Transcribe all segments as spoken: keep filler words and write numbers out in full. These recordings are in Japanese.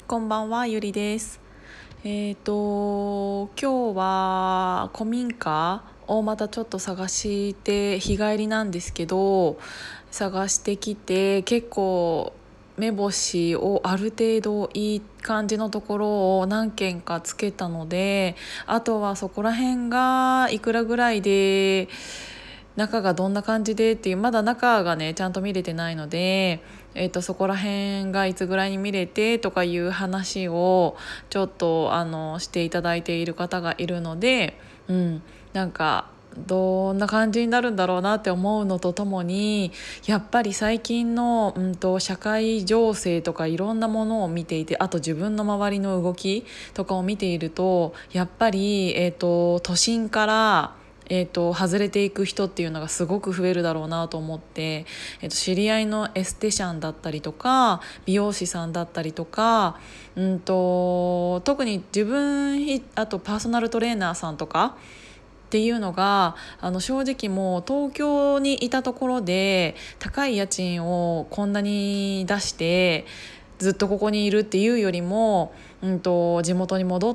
こんばんは、ゆりです。えっと、今日は古民家をまたちょっと探して日帰りなんですけど、探してきて結構目星をある程度いい感じのところを何軒かつけたので、あとはそこら辺がいくらぐらいで中がどんな感じでっていう、まだ中がねちゃんと見れてないので、えー、とそこら辺がいつぐらいに見れてとかいう話をちょっとあのしていただいている方がいるので、うん、なんかどんな感じになるんだろうなって思うのとともに、やっぱり最近の、うん、と社会情勢とかいろんなものを見ていて、あと自分の周りの動きとかを見ていると、やっぱり、えー、と都心からえー、と外れていく人っていうのがすごく増えるだろうなと思って、えー、と知り合いのエステシャンだったりとか美容師さんだったりとか、うんと特に自分あとパーソナルトレーナーさんとかっていうのがあの正直もう東京にいたところで高い家賃をこんなに出してずっとここにいるっていうよりも、うんと、地元に戻って、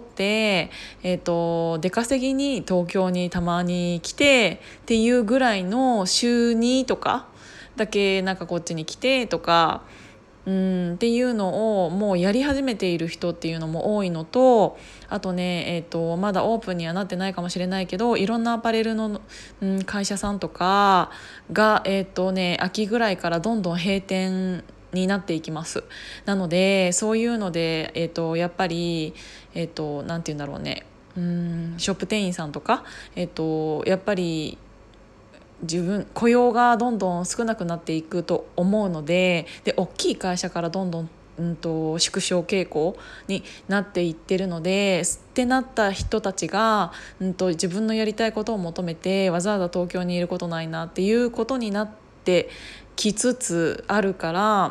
えーと、出稼ぎに東京にたまに来てっていうぐらいの週にとかだけなんかこっちに来てとか、うん、っていうのをもうやり始めている人っていうのも多いのと、あとね、えーと、まだオープンにはなってないかもしれないけど、いろんなアパレルの、うん、会社さんとかが、えーとね、秋ぐらいからどんどん閉店になっていきます。なのでそういうので、えーと、やっぱり、えーと、なんて言うんだろうね、うんショップ店員さんとか、えーと、やっぱり自分雇用がどんどん少なくなっていくと思うので、で大きい会社からどんどん、うんと、縮小傾向になっていってるので、ってなった人たちが、うんと、自分のやりたいことを求めてわざわざ東京にいることないなっていうことになってきつつあるから、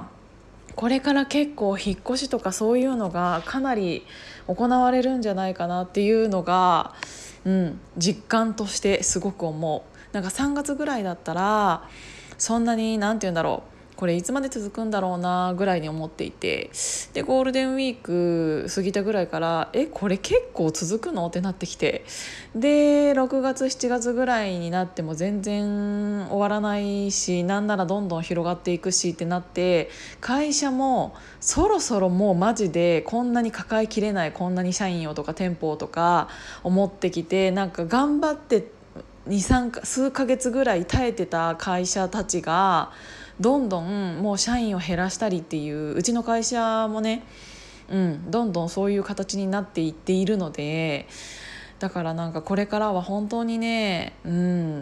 これから結構引っ越しとかそういうのがかなり行われるんじゃないかなっていうのが、うん、実感としてすごく思う。なんかさんがつぐらいだったらそんなになんて言うんだろう、これいつまで続くんだろうなぐらいに思っていて、でゴールデンウィーク過ぎたぐらいからえこれ結構続くのってなってきて、でろくがつしちがつぐらいになっても全然終わらないし、なんならどんどん広がっていくしってなって、会社もそろそろもうマジでこんなに抱えきれない、こんなに社員をとか店舗をとか思ってきて、なんか頑張ってにさんか数ヶ月ぐらい耐えてた会社たちがどんどんもう社員を減らしたりっていう、うちの会社もね、うん、どんどんそういう形になっていっているので、だからなんかこれからは本当にね、うん、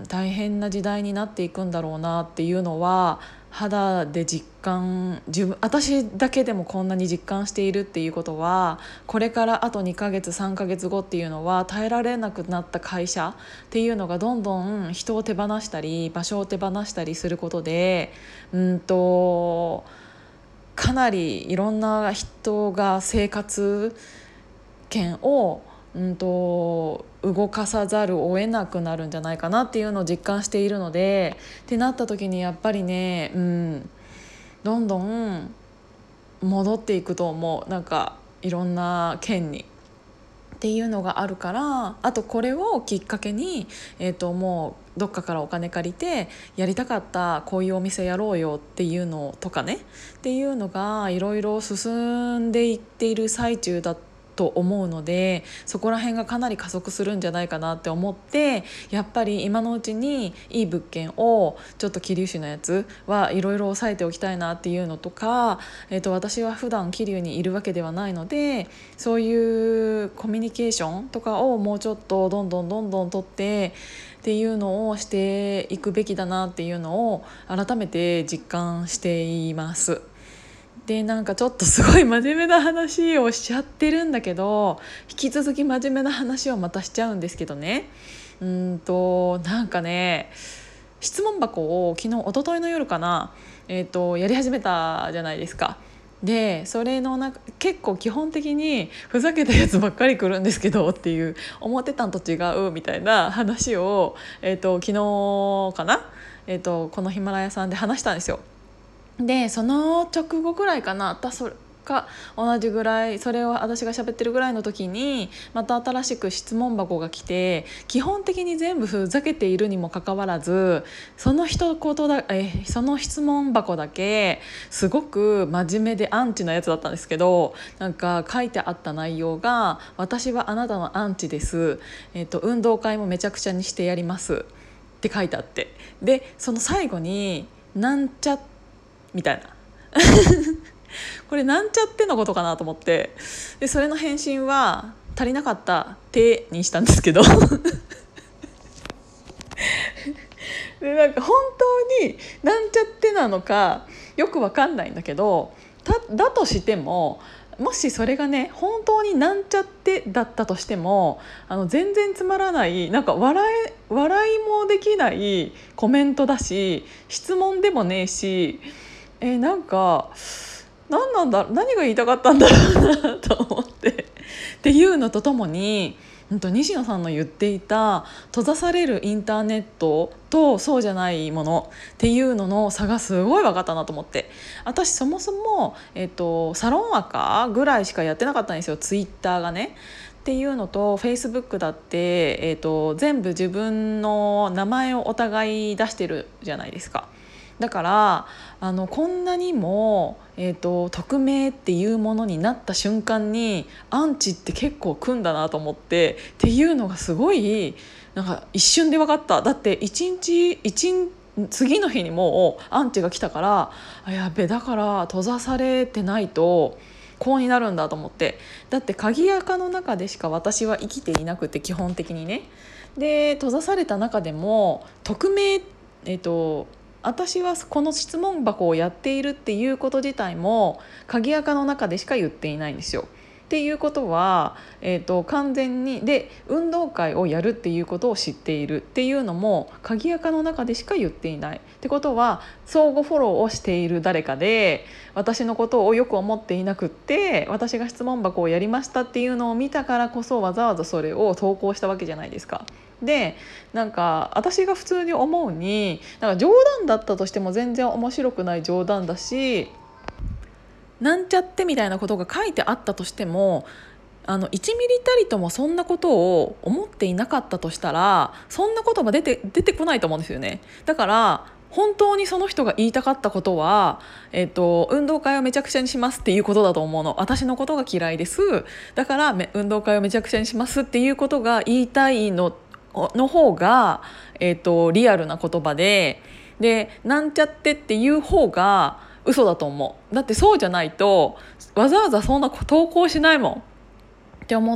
大変な時代になっていくんだろうなっていうのは肌で実感、自分私だけでもこんなに実感しているっていうことは、これからあとにかげつさんかげつごっていうのは耐えられなくなった会社っていうのがどんどん人を手放したり場所を手放したりすることで、うんとかなりいろんな人が生活権をうんと動かさざるを得なくなるんじゃないかなっていうのを実感しているので、ってなった時にやっぱりね、うん、どんどん戻っていくと思う。なんかいろんな県にっていうのがあるから、あとこれをきっかけに、えー、ともうどっかからお金借りてやりたかったこういうお店やろうよっていうのとかねっていうのがいろいろ進んでいっている最中だと思うので、そこら辺がかなり加速するんじゃないかなって思って、やっぱり今のうちにいい物件をちょっと桐生市のやつはいろいろ押さえておきたいなっていうのとか、えー、と私は普段桐生にいるわけではないので、そういうコミュニケーションとかをもうちょっとどんどんどんどん取ってっていうのをしていくべきだなっていうのを改めて実感しています。でなんかちょっとすごい真面目な話をしちゃってるんだけど、引き続き真面目な話をまたしちゃうんですけどね、うーんとなんかね、質問箱を昨日一昨日の夜かな、えー、とやり始めたじゃないですか。でそれの中結構基本的にふざけたやつばっかり来るんですけどっていう、思ってたんと違うみたいな話を、えー、と昨日かな、えー、とこのヒマラヤさんで話したんですよ。でその直後ぐらいかな、たそか同じぐらい、それを私が喋ってるぐらいの時にまた新しく質問箱が来て、基本的に全部ふざけているにもかかわらず、その一言だえその質問箱だけすごく真面目でアンチなやつだったんですけど、なんか書いてあった内容が「私はあなたのアンチです、えっと、運動会もめちゃくちゃにしてやります」って書いてあって、でその最後になんちゃみたいなこれなんちゃってのことかなと思って、でそれの返信は足りなかった手にしたんですけどでなんか本当になんちゃってなのかよくわかんないんだけど、ただとしても、もしそれがね本当になんちゃってだったとしても、あの全然つまらない、なんか笑え笑いもできないコメントだし、質問でもねえし、えーなんか何なんだ何が言いたかったんだろうなと思ってっていうのとともに、うんと西野さんの言っていた閉ざされるインターネットとそうじゃないものっていうのの差がすごい分かったなと思って、私そもそも、えっと、サロンアカぐらいしかやってなかったんですよ、ツイッターがね。っていうのとフェイスブックだって、えっと、全部自分の名前をお互い出してるじゃないですか。だからあのこんなにも、えーと、匿名っていうものになった瞬間にアンチって結構くんだなと思って、っていうのがすごいなんか一瞬で分かった。だって一日一日次の日にもうアンチが来たから、あやべだから閉ざされてないとこうになるんだと思って。だって鍵垢の中でしか私は生きていなくて、基本的にね。で閉ざされた中でも匿名、えっと私はこの質問箱をやっているっていうこと自体も鍵垢の中でしか言っていないんですよ。っていうことは、えーと、完全にで運動会をやるっていうことを知っているっていうのも鍵垢の中でしか言っていないってことは、相互フォローをしている誰かで私のことをよく思っていなくって、私が質問箱をやりましたっていうのを見たからこそわざわざそれを投稿したわけじゃないですか。でなんか私が普通に思うに、なんか冗談だったとしても全然面白くない冗談だし、なんちゃってみたいなことが書いてあったとしても、あのいちミリたりともそんなことを思っていなかったとしたら、そんな言葉出て出てこないと思うんですよね。だから本当にその人が言いたかったことは、えっと、運動会をめちゃくちゃにしますっていうことだと思うの。私のことが嫌いです、だから運動会をめちゃくちゃにしますっていうことが言いたいのの方が、えーと、リアルな言葉で、でなんちゃってっていう方が嘘だと思う。だってそうじゃないとわざわざそんな投稿しないもんって思って、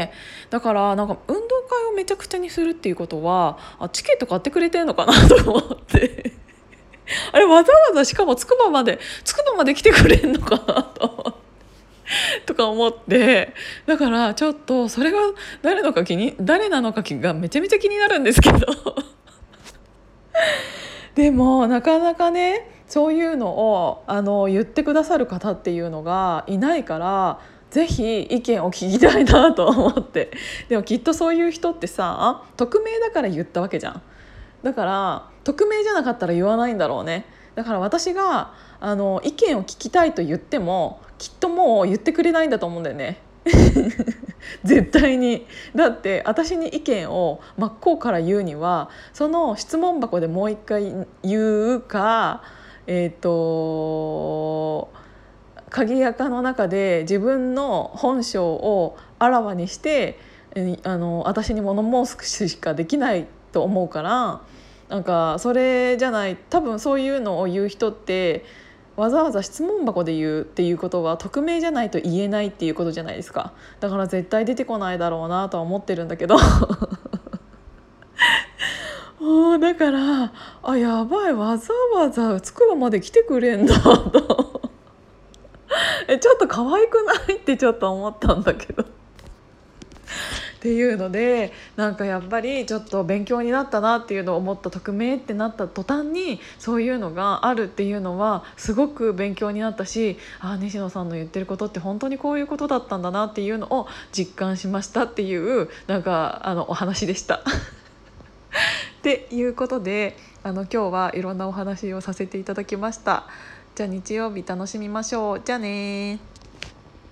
だからなんか運動会をめちゃくちゃにするっていうことは、あチケット買ってくれてんのかなと思ってあれわざわざしかもつくばまでつくばまで来てくれんのかなと思ってとか思って、だからちょっとそれが誰のか気に誰なのかがめちゃめちゃ気になるんですけどでもなかなかねそういうのをあの言ってくださる方っていうのがいないから、ぜひ意見を聞きたいなと思って。でもきっとそういう人ってさ、匿名だから言ったわけじゃん。だから匿名じゃなかったら言わないんだろうね。だから私があの意見を聞きたいと言ってもきっともう言ってくれないんだと思うんだよね絶対に。だって私に意見を真っ向から言うには、その質問箱でもう一回言うか、えっと鍵垢の中で自分の本性をあらわにしてあの私に物申すしかできないと思うから、なんかそれじゃない、多分そういうのを言う人ってわざわざ質問箱で言うっていうことは匿名じゃないと言えないっていうことじゃないですか。だから絶対出てこないだろうなとは思ってるんだけどもうだからあやばい、わざわざつくばまで来てくれんだとえちょっと可愛くないってちょっと思ったんだけどっていうので、なんかやっぱりちょっと勉強になったなっていうのを思った。匿名ってなった途端にそういうのがあるっていうのはすごく勉強になったし、あ西野さんの言ってることって本当にこういうことだったんだなっていうのを実感しましたっていうなんかあのお話でしたっていうことで、あの今日はいろんなお話をさせていただきました。じゃあ日曜日楽しみましょう。じゃあね。